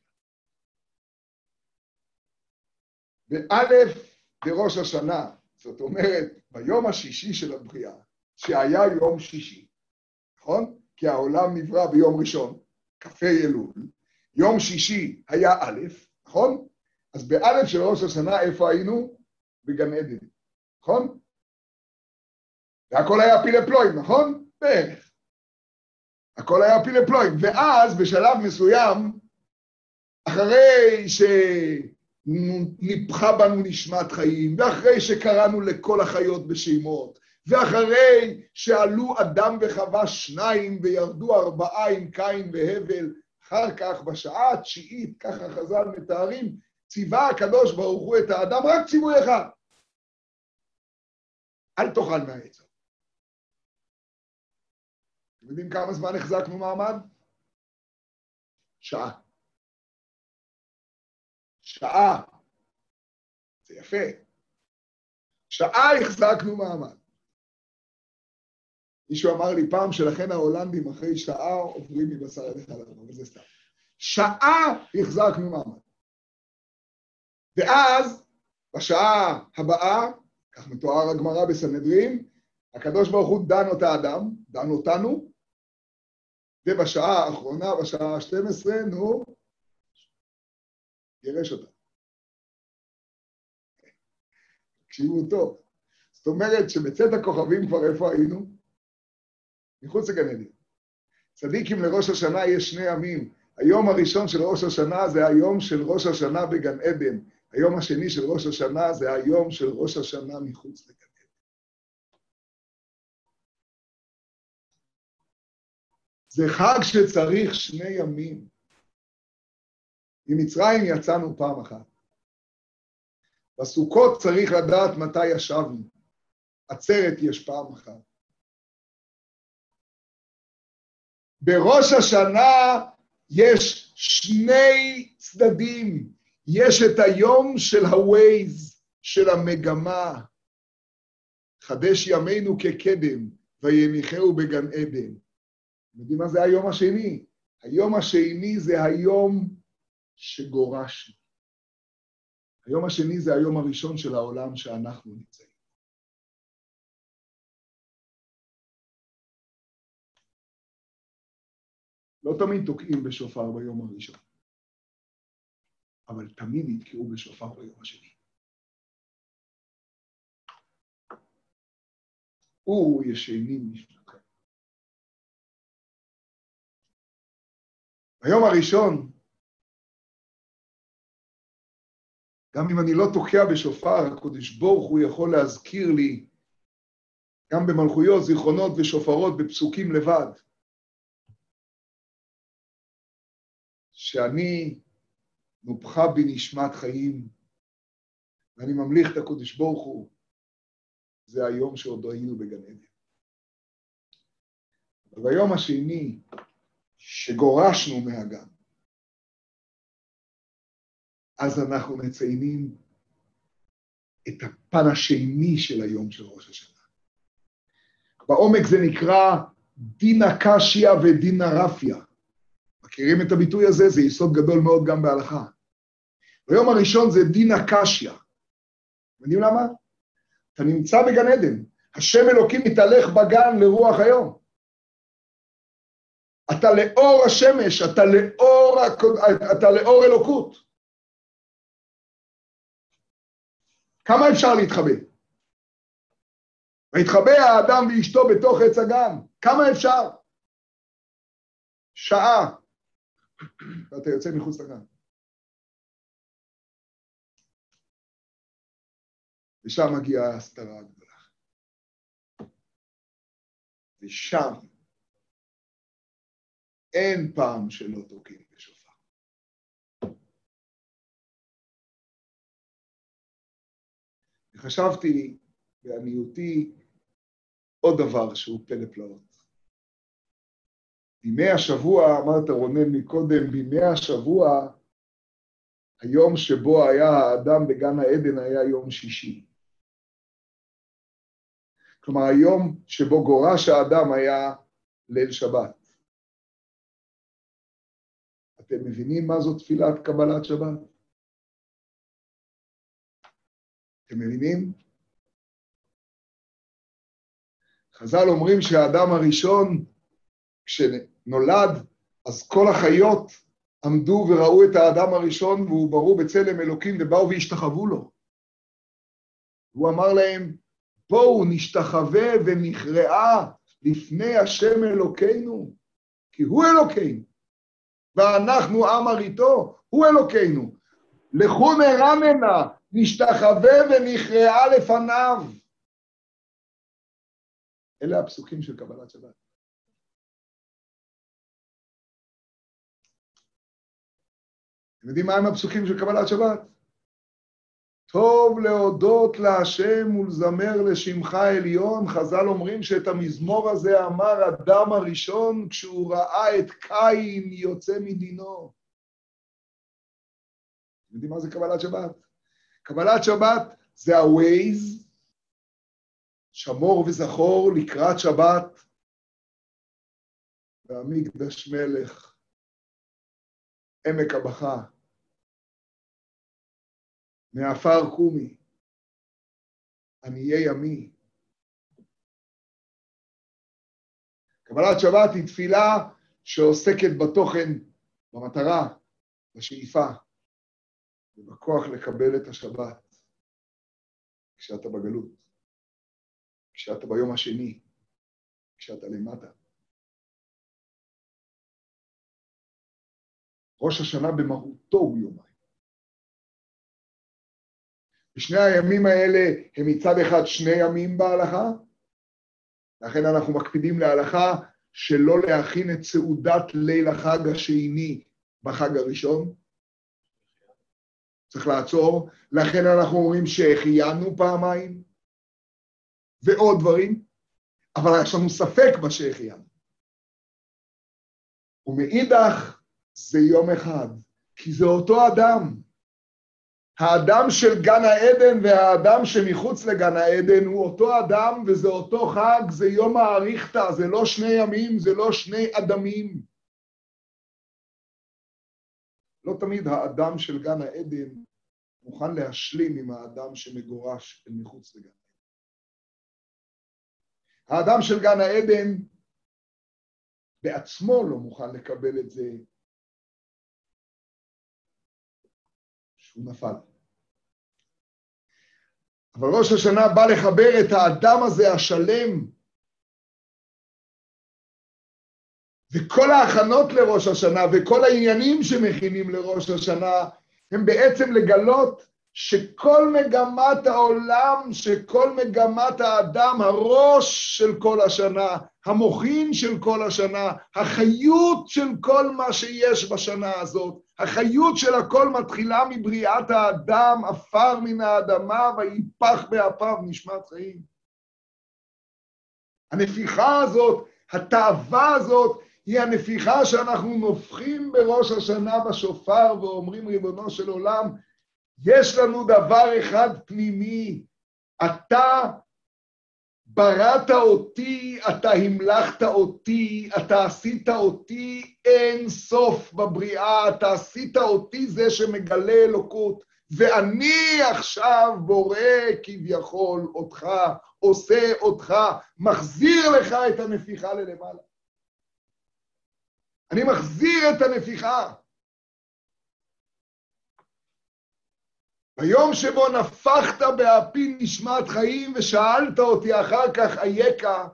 [SPEAKER 1] באלף בראש השנה, זאת אומרת, ביום השישי של הבריאה, שהיה יום שישי, נכון? כי העולם נברא ביום ראשון, כ"ה אלול, יום שישי היה א', נכון? אז באלף של ראש השנה, איפה היינו? בגן עדן, נכון? והכל היה פילי פלואים, נכון? בערך. הכל היה פילי פלואים, ואז בשלב מסוים, אחרי שניפחה בנו נשמת חיים, ואחרי שקראנו לכל החיות בשמות, ואחרי שעלו אדם וחווה שניים וירדו ארבעה עם קין והבל, אחר כך בשעה התשיעית, ככה חז"ל מתארים, ציווה הקדוש ברוך הוא את האדם, רק ציווי אחד. אל תאכל מהעץ. אתם יודעים כמה זמן החזקנו מעמד? שעה. שעה. זה יפה. שעה החזקנו מעמד. מישהו אמר לי פעם שלכן ההולנדים אחרי שעה עוברים מבשר לחלב, אבל זה סתם. שעה החזקנו מעמד. ואז, בשעה הבאה, כך מתואר הגמרא בסנהדרין, הקדוש ברוך הוא דן אותה אדם, דן אותנו, ובשעה האחרונה, בשעה ה-שתים עשרה, נו, גירש אותה. תקשיבו טוב. זאת אומרת שבצאת הכוכבים כבר איפה היינו? מחוץ לגן עדן. צדיקים לראש השנה יש שני ימים. היום הראשון של ראש השנה זה היום של ראש השנה בגן עדן. היום השני של ראש השנה זה היום של ראש השנה מחוץ לגן עדן. זה חג שצריך שני ימים. ממצרים יצאנו פעם אחת. בסוכות צריך לדעת מתי ישבנו. עצרת יש פעם אחת. בראש השנה יש שני צדדים. יש את היום של הווייז, של המגמה. חדש ימינו כקדם, ויניחהו בגן עדן. אתם יודעים מה זה היום השני? היום השני זה היום שגורשנו. היום השני זה היום הראשון של העולם שאנחנו נמצאים. לא תמיד תוקעים בשופר ביום הראשון, אבל תמיד יתקעו בשופר ביום השני. הוא ישנים משנתכם. ביום הראשון, גם אם אני לא תוקע בשופר, הקדוש ברוך הוא יכול להזכיר לי, גם במלכויות, זיכרונות ושופרות, בפסוקים לבד, שאני נופחה בנשמת חיים, ואני ממליך את הקדוש ברוך הוא, זה היום שעוד היינו בגן עדן. וביום השני, שגורשנו מהגן, אז אנחנו מציינים את הפן השני של היום של ראש השנה. בעומק זה נקרא דין הקשיא ודין הרפיה. מכירים את הביטוי הזה? זה יסוד גדול מאוד גם בהלכה. ביום הראשון זה דין הקשיא. יודעים למה? אתה נמצא בגן עדן. השם אלוקים מתהלך בגן לרוח היום. אתה לאור השמש, אתה לאור, אתה לאור אלוקות. כמה אפשר להתחבא? והתחבא האדם ואשתו בתוך עץ הגן. כמה אפשר? שעה. ואתה יוצא מחוץ לגן. ושם מגיעה ההסתרה הגדולה. ושם אין פעם שלא תוקעים בשופר. וחשבתי בעניותי עוד דבר שהוא פלא פלאות. בימי השבוע, אמרת רונן מקודם, בימי השבוע, היום שבו היה האדם בגן העדן היה יום שישי. כלומר, היום שבו גורש האדם היה ליל שבת. אתם מבינים מה זאת תפילת קבלת שבת? אתם מבינים? חז"ל אומרים שהאדם הראשון, כשנולד, אז כל החיות עמדו וראו את האדם הראשון, והוא ברו בצלם אלוקים, ובאו והשתחוו לו. הוא אמר להם, בואו נשתחווה ונכרעה לפני השם אלוקינו, כי הוא אלוקינו, ואנחנו עם הריתו, הוא אלוקינו. לכו נרננה, נשתחווה ונכרעה לפניו. אלה הפסוקים של קבלת שבת. אתם יודעים מה הם הפסוקים של קבלת שבת? טוב להודות להשם ולזמר לשמך עליון. חז"ל אומרים שאת המזמור הזה אמר אדם הראשון כשהוא ראה את קין יוצא מדינו. אתם יודעים מה זה קבלת שבת? קבלת שבת זה הווייז, שמור וזכור לקראת שבת, והמקדש מלך, עמק הבכה, מעפר קומי, עניי ימי. קבלת שבת היא תפילה שעוסקת בתוכן, במטרה, בשאיפה, ובכוח לקבל את השבת, כשאתה בגלות, כשאתה ביום השני, כשאתה למטה. ראש השנה במהותו הוא יומיים. ושני הימים האלה הם מצד אחד שני ימים בהלכה, לכן אנחנו מקפידים להלכה שלא להכין את סעודת ליל החג השני בחג הראשון. צריך לעצור, לכן אנחנו אומרים שהחיינו פעמיים, ועוד דברים, אבל יש לנו ספק בשהחיינו. ומאידך זה יום אחד, כי זה אותו אדם. האדם של גן העדן והאדם שמחוץ לגן העדן הוא אותו אדם, וזה אותו חג, זה יום האריכתא, זה לא שני ימים, זה לא שני אדמים. לא תמיד האדם של גן העדן מוכן להשלים עם האדם שמגורש אל מחוץ לגן העדן. האדם של גן העדן בעצמו לא מוכן לקבל את זה שהוא נפל. אבל ראש השנה בא לחבר את האדם הזה השלם, וכל ההכנות לראש השנה וכל העניינים שמכינים לראש השנה הם בעצם לגלות שכל מגמת העולם, שכל מגמת האדם, הראש של כל השנה, המוחין של כל השנה, החיות של כל מה שיש בשנה הזאת, החיות של הכל מתחילה מבריאת האדם, עפר מן האדמה ויפח באפיו נשמת חיים. הנפיחה הזאת, התאווה הזאת, היא הנפיחה שאנחנו נופחים בראש השנה בשופר ואומרים ריבונו של עולם, יש לנו דבר אחד פנימי, אתה בראת אותי, אתה המלכת אותי, אתה עשית אותי אין סוף בבריאה, אתה עשית אותי זה שמגלה אלוקות, ואני עכשיו בורא כביכול אותך, עושה אותך, מחזיר לך את הנפיחה ללמעלה. אני מחזיר את הנפיחה. ביום שבו נפחת באפי נשמת חיים ושאלת אותי אחר כך אייכה,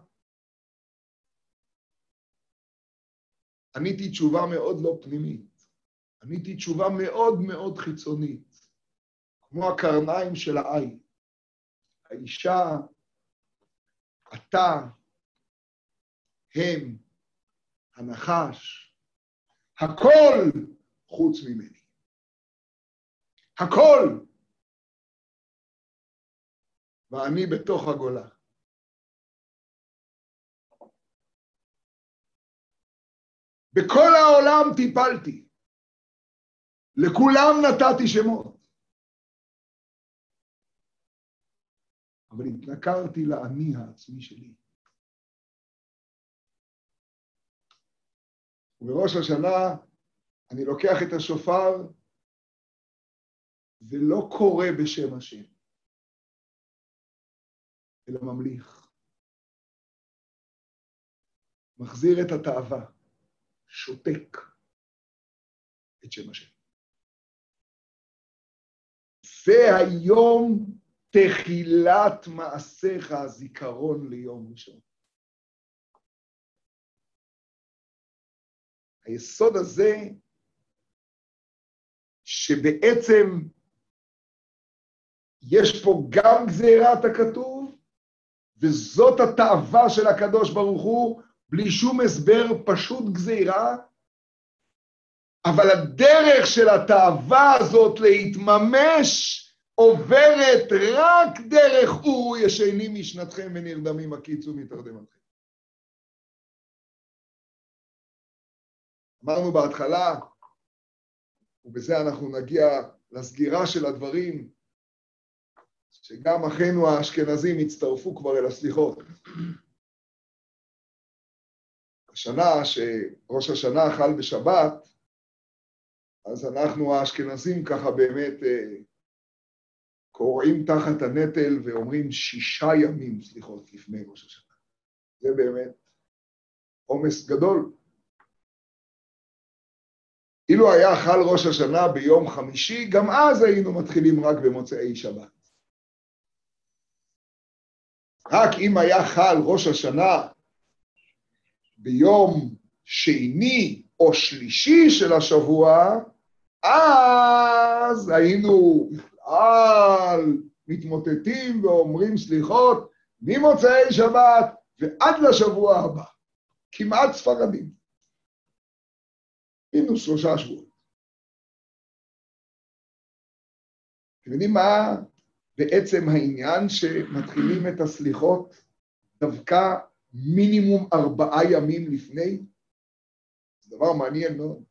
[SPEAKER 1] עניתי תשובה מאוד לא פנימית, עניתי תשובה מאוד מאוד חיצונית, כמו הקרניים של העין. האישה, אתה, הם, הנחש, הכל חוץ ממני. הכל. ואני בתוך הגולה. בכל העולם טיפלתי. לכולם נתתי שמות. אבל התנכרתי לאני העצמי שלי. ובראש השנה אני לוקח את השופר ולא קורא בשם השם, אלא ממליך. מחזיר את התאווה, שותק את שם השם. והיום תחילת מעשיך הזיכרון ליום ראשון. היסוד הזה, שבעצם יש פה גם גזירת הכתוב, וזאת התאווה של הקדוש ברוך הוא, בלי שום הסבר, פשוט גזירה, אבל הדרך של התאווה הזאת להתממש, עוברת רק דרך הוא ישנים משנתכם ונרדמים הקיצו מתרדמתכם. אמרנו בהתחלה, ובזה אנחנו נגיע לסגירה של הדברים, שגם אחינו האשכנזים הצטרפו כבר אל הסליחות. השנה שראש השנה חל בשבת, אז אנחנו האשכנזים ככה באמת קוראים תחת הנטל ואומרים שישה ימים סליחות לפני ראש השנה. זה באמת עומס גדול. אילו היה חל ראש השנה ביום חמישי, גם אז היינו מתחילים רק במוצאי שבת. רק אם היה חל ראש השנה ביום שני או שלישי של השבוע, אז היינו בכלל מתמוטטים ואומרים סליחות ממוצאי שבת ועד לשבוע הבא. כמעט ספרדים. היינו שלושה שבועות. אתם יודעים מה בעצם העניין שמתחילים את הסליחות דווקא מינימום ארבעה ימים לפני? זה דבר מעניין מאוד.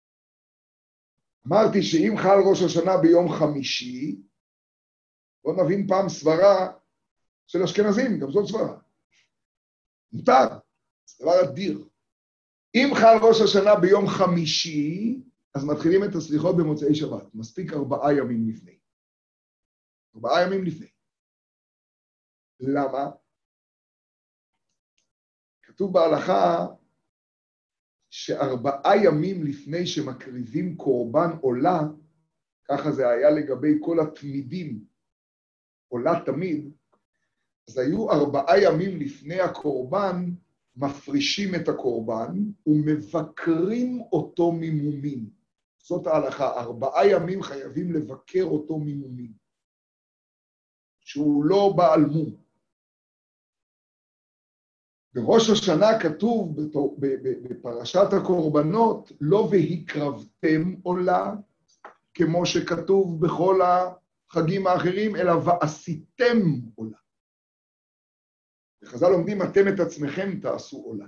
[SPEAKER 1] אמרתי שאם חל ראש השנה ביום חמישי, בואו נבין פעם סברה של אשכנזים, גם זאת סברה. מותר, זה דבר אדיר. אם חל ראש השנה ביום חמישי, אז מתחילים את הסליחות במוצאי שבת. מספיק ארבעה ימים לפני. ארבעה ימים לפני. למה? כתוב בהלכה שארבעה ימים לפני שמקריבים קורבן עולה, ככה זה היה לגבי כל התמידים, עולה תמיד, אז היו ארבעה ימים לפני הקורבן, מפרישים את הקורבן ומבקרים אותו ממומים. זאת ההלכה, ארבעה ימים חייבים לבקר אותו ממומים. שהוא לא בעל מום. בראש השנה כתוב בפרשת הקורבנות, לא והקרבתם עולה, כמו שכתוב בכל החגים האחרים, אלא ועשיתם עולה. וחז"ל לומדים, אתם את עצמכם תעשו עולה.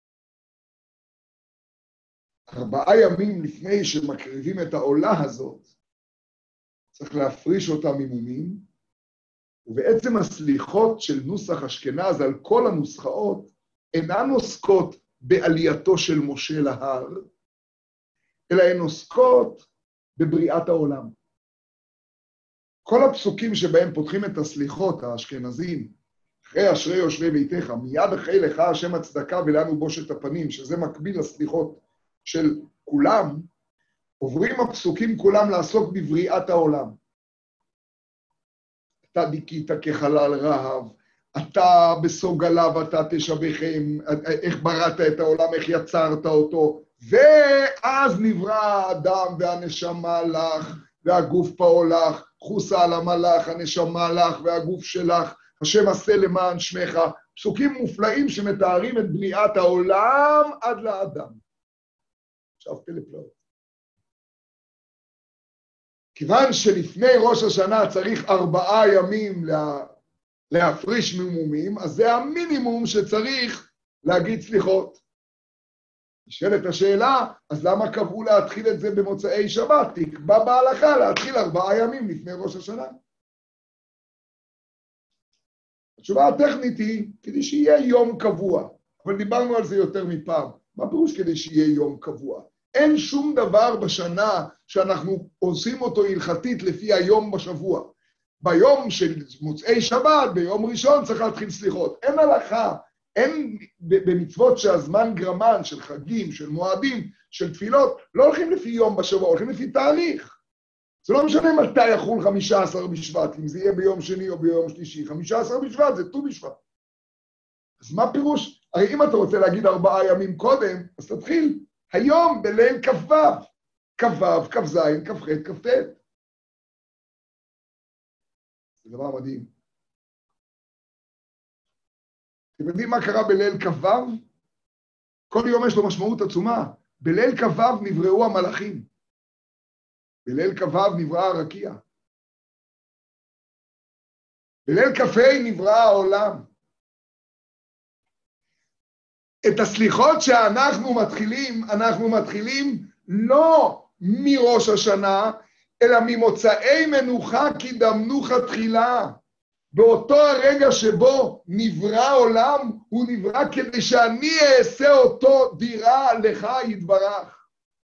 [SPEAKER 1] ארבעה ימים לפני שמקריבים את העולה הזאת, צריך להפריש אותה ממומים, ובעצם הסליחות של נוסח אשכנז על כל הנוסחאות אינן עוסקות בעלייתו של משה להר, אלא הן עוסקות בבריאת העולם. כל הפסוקים שבהם פותחים את הסליחות האשכנזים, אחרי אשרי יושבי ביתך, מיד אחרי לך השם הצדקה ולנו בושת הפנים, שזה מקביל לסליחות של כולם, עוברים הפסוקים כולם לעסוק בבריאת העולם. אתה דיכית כחלל רהב, אתה בסוג עליו, אתה תשבחם, איך בראת את העולם, איך יצרת אותו, ואז נברא האדם והנשמה לך, והגוף פעול לך, חוסה על המלאך, הנשמה לך והגוף שלך, השם עשה למען שמך, פסוקים מופלאים שמתארים את בריאת העולם עד לאדם. עכשיו פלא פלאות. כיוון שלפני ראש השנה צריך ארבעה ימים לה, להפריש ממומים, אז זה המינימום שצריך להגיד סליחות. נשאלת השאלה, אז למה קבעו להתחיל את זה במוצאי שבת? תקבע בהלכה להתחיל ארבעה ימים לפני ראש השנה. התשובה הטכנית היא, כדי שיהיה יום קבוע, אבל דיברנו על זה יותר מפעם. מה פירוש כדי שיהיה יום קבוע? אין שום דבר בשנה שאנחנו עושים אותו הלכתית לפי היום בשבוע. ביום של מוצאי שבת, ביום ראשון צריך להתחיל סליחות. אין הלכה, אין במצוות שהזמן גרמן, של חגים, של מועדים, של תפילות, לא הולכים לפי יום בשבוע, הולכים לפי תאריך. זה לא משנה מתי יחול חמישה עשר בשבט, אם זה יהיה ביום שני או ביום שלישי. חמישה עשר בשבט זה ט"ו בשבט. אז מה פירוש? הרי אם אתה רוצה להגיד ארבעה ימים קודם, אז תתחיל היום בליל כ"ו, כ"ו, כ"ז, כ"ח, כ"ט. זה דבר מדהים. אתם יודעים מה קרה בליל כ"ו? כל יום יש לו משמעות עצומה. בליל כ"ו נבראו המלאכים. בליל כ"ו נברא הרקיע. בליל כ"ה נברא העולם. את הסליחות שאנחנו מתחילים, אנחנו מתחילים לא מראש השנה, אלא ממוצאי מנוחה כי דמנוחה תחילה. באותו הרגע שבו נברא עולם, הוא נברא כדי שאני אעשה אותו דירה לך יתברך.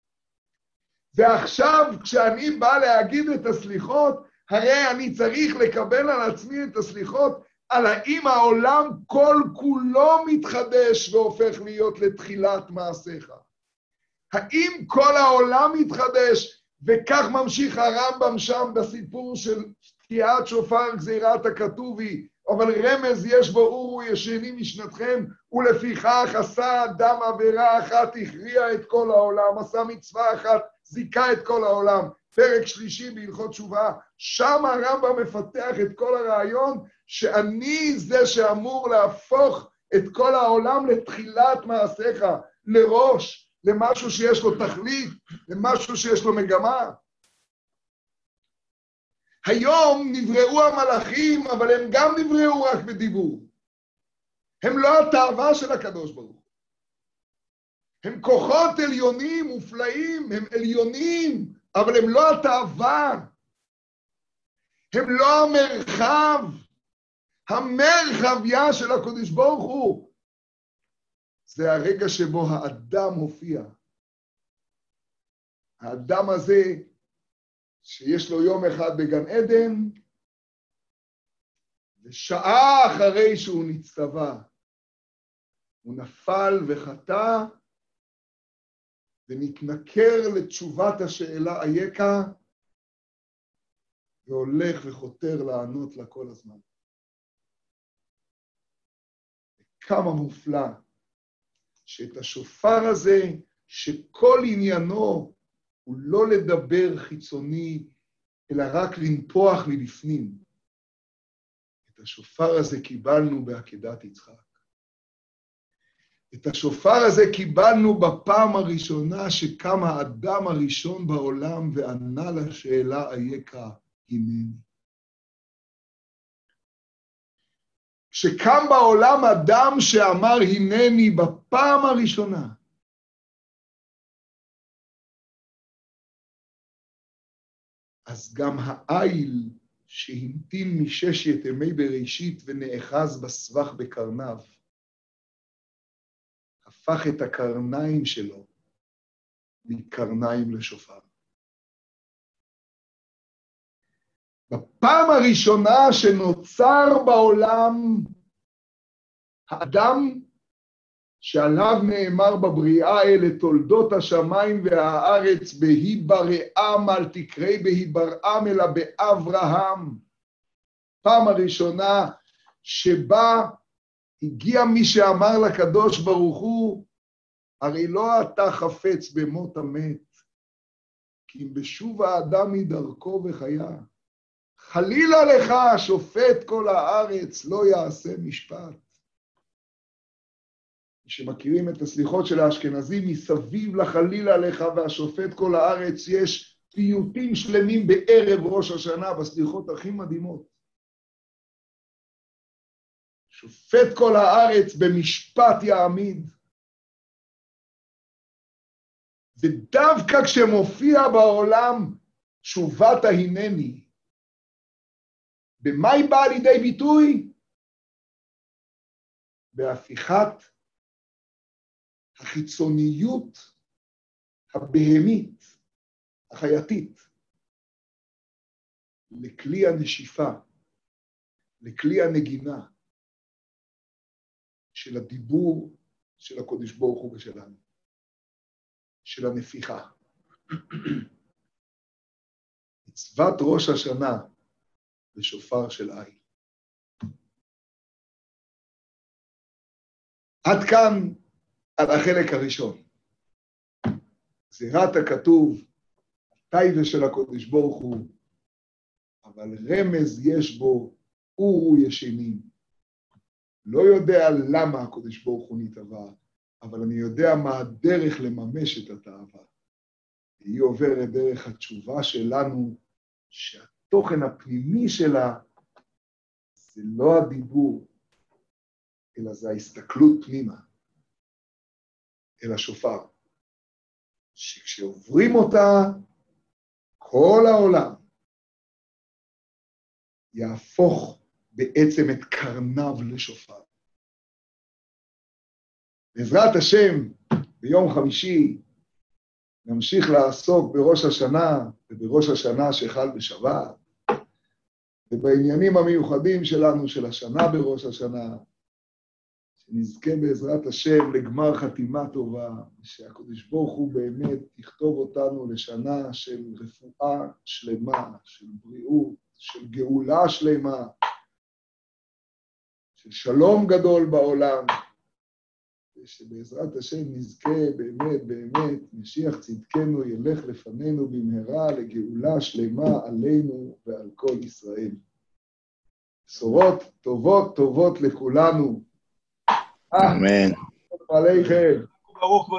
[SPEAKER 1] ועכשיו כשאני בא להגיד את הסליחות, הרי אני צריך לקבל על עצמי את הסליחות, על האם העולם כל כולו מתחדש והופך להיות לתחילת מעשיך. האם כל העולם מתחדש, וכך ממשיך הרמב"ם שם בסיפור של תקיעת שופר גזירת הכתובי, אבל רמז יש בו אורו ישנים משנתכם, ולפיכך עשה אדם עבירה אחת, הכריע את כל העולם, עשה מצווה אחת, זיקה את כל העולם. פרק שלישי בהלכות תשובה, שם הרמב"ם מפתח את כל הרעיון, שאני זה שאמור להפוך את כל העולם לתחילת מעשיך, לראש, למשהו שיש לו תכלית, למשהו שיש לו מגמה. היום נבראו המלאכים, אבל הם גם נבראו רק בדיבור. הם לא התאווה של הקדוש ברוך הוא. הם כוחות עליונים, מופלאים, הם עליונים, אבל הם לא התאווה. הם לא המרחב. המרחביה של הקדוש ברוך הוא. זה הרגע שבו האדם הופיע. האדם הזה, שיש לו יום אחד בגן עדן, ושעה אחרי שהוא נצטווה, הוא נפל וחטא, ונתנכר לתשובת השאלה אייכה, והולך וחותר לענות לה כל הזמן. כמה מופלא, שאת השופר הזה, שכל עניינו הוא לא לדבר חיצוני, אלא רק לנפוח מבפנים. את השופר הזה קיבלנו בעקדת יצחק. את השופר הזה קיבלנו בפעם הראשונה שקם האדם הראשון בעולם וענה לשאלה אייכה הנני. שקם בעולם אדם שאמר הנני בפעם הראשונה, אז גם העיל שהמתין מששת ימי בראשית ונאחז בסבך בקרניו, הפך את הקרניים שלו מקרניים לשופר. בפעם הראשונה שנוצר בעולם האדם שעליו נאמר בבריאה אלה תולדות השמיים והארץ בהיברעם, אל תקראי בהיברעם אלא באברהם. פעם הראשונה שבה הגיע מי שאמר לקדוש ברוך הוא, הרי לא אתה חפץ במות המת, כי אם בשוב האדם מדרכו וחיה, חלילה לך שופט כל הארץ לא יעשה משפט. שמכירים את הסליחות של האשכנזים, מסביב לחלילה לך והשופט כל הארץ, יש פיוטים שלמים בערב ראש השנה, בסליחות הכי מדהימות. שופט כל הארץ במשפט יעמיד. ודווקא כשמופיע בעולם תשובת ההינני, במה היא באה לידי ביטוי? בהפיכת החיצוניות הבהמית, החייתית, לכלי הנשיפה, לכלי הנגינה, של הדיבור של הקודש ברוך הוא ושלנו, של הנפיחה. מצוות ראש השנה בשופר של איל. עד כאן על החלק הראשון. גזירת הכתוב, הטייבה של הקודש ברוך הוא, אבל רמז יש בו, אורו ישנים. לא יודע למה הקודש ברוך הוא נתאווה, אבל אני יודע מה הדרך לממש את התאווה. היא עוברת דרך התשובה שלנו, שהתוכן הפנימי שלה זה לא הדיבור, אלא זה ההסתכלות פנימה, אל השופר. שכשעוברים אותה, כל העולם יהפוך בעצם את קרניו לשופר. בעזרת השם, ביום חמישי, נמשיך לעסוק בראש השנה, ובראש השנה שחל בשבת, ובעניינים המיוחדים שלנו של השנה בראש השנה, שנזכה בעזרת השם לגמר חתימה טובה, שהקדוש ברוך הוא באמת יכתוב אותנו לשנה של רפואה שלמה, של בריאות, של גאולה שלמה, של שלום גדול בעולם, ושבעזרת השם נזכה באמת, באמת, משיח צדקנו ילך לפנינו במהרה לגאולה שלמה עלינו ועל כל ישראל. בשורות טובות טובות לכולנו.
[SPEAKER 3] אמן.
[SPEAKER 1] עליכם.
[SPEAKER 5] ברוך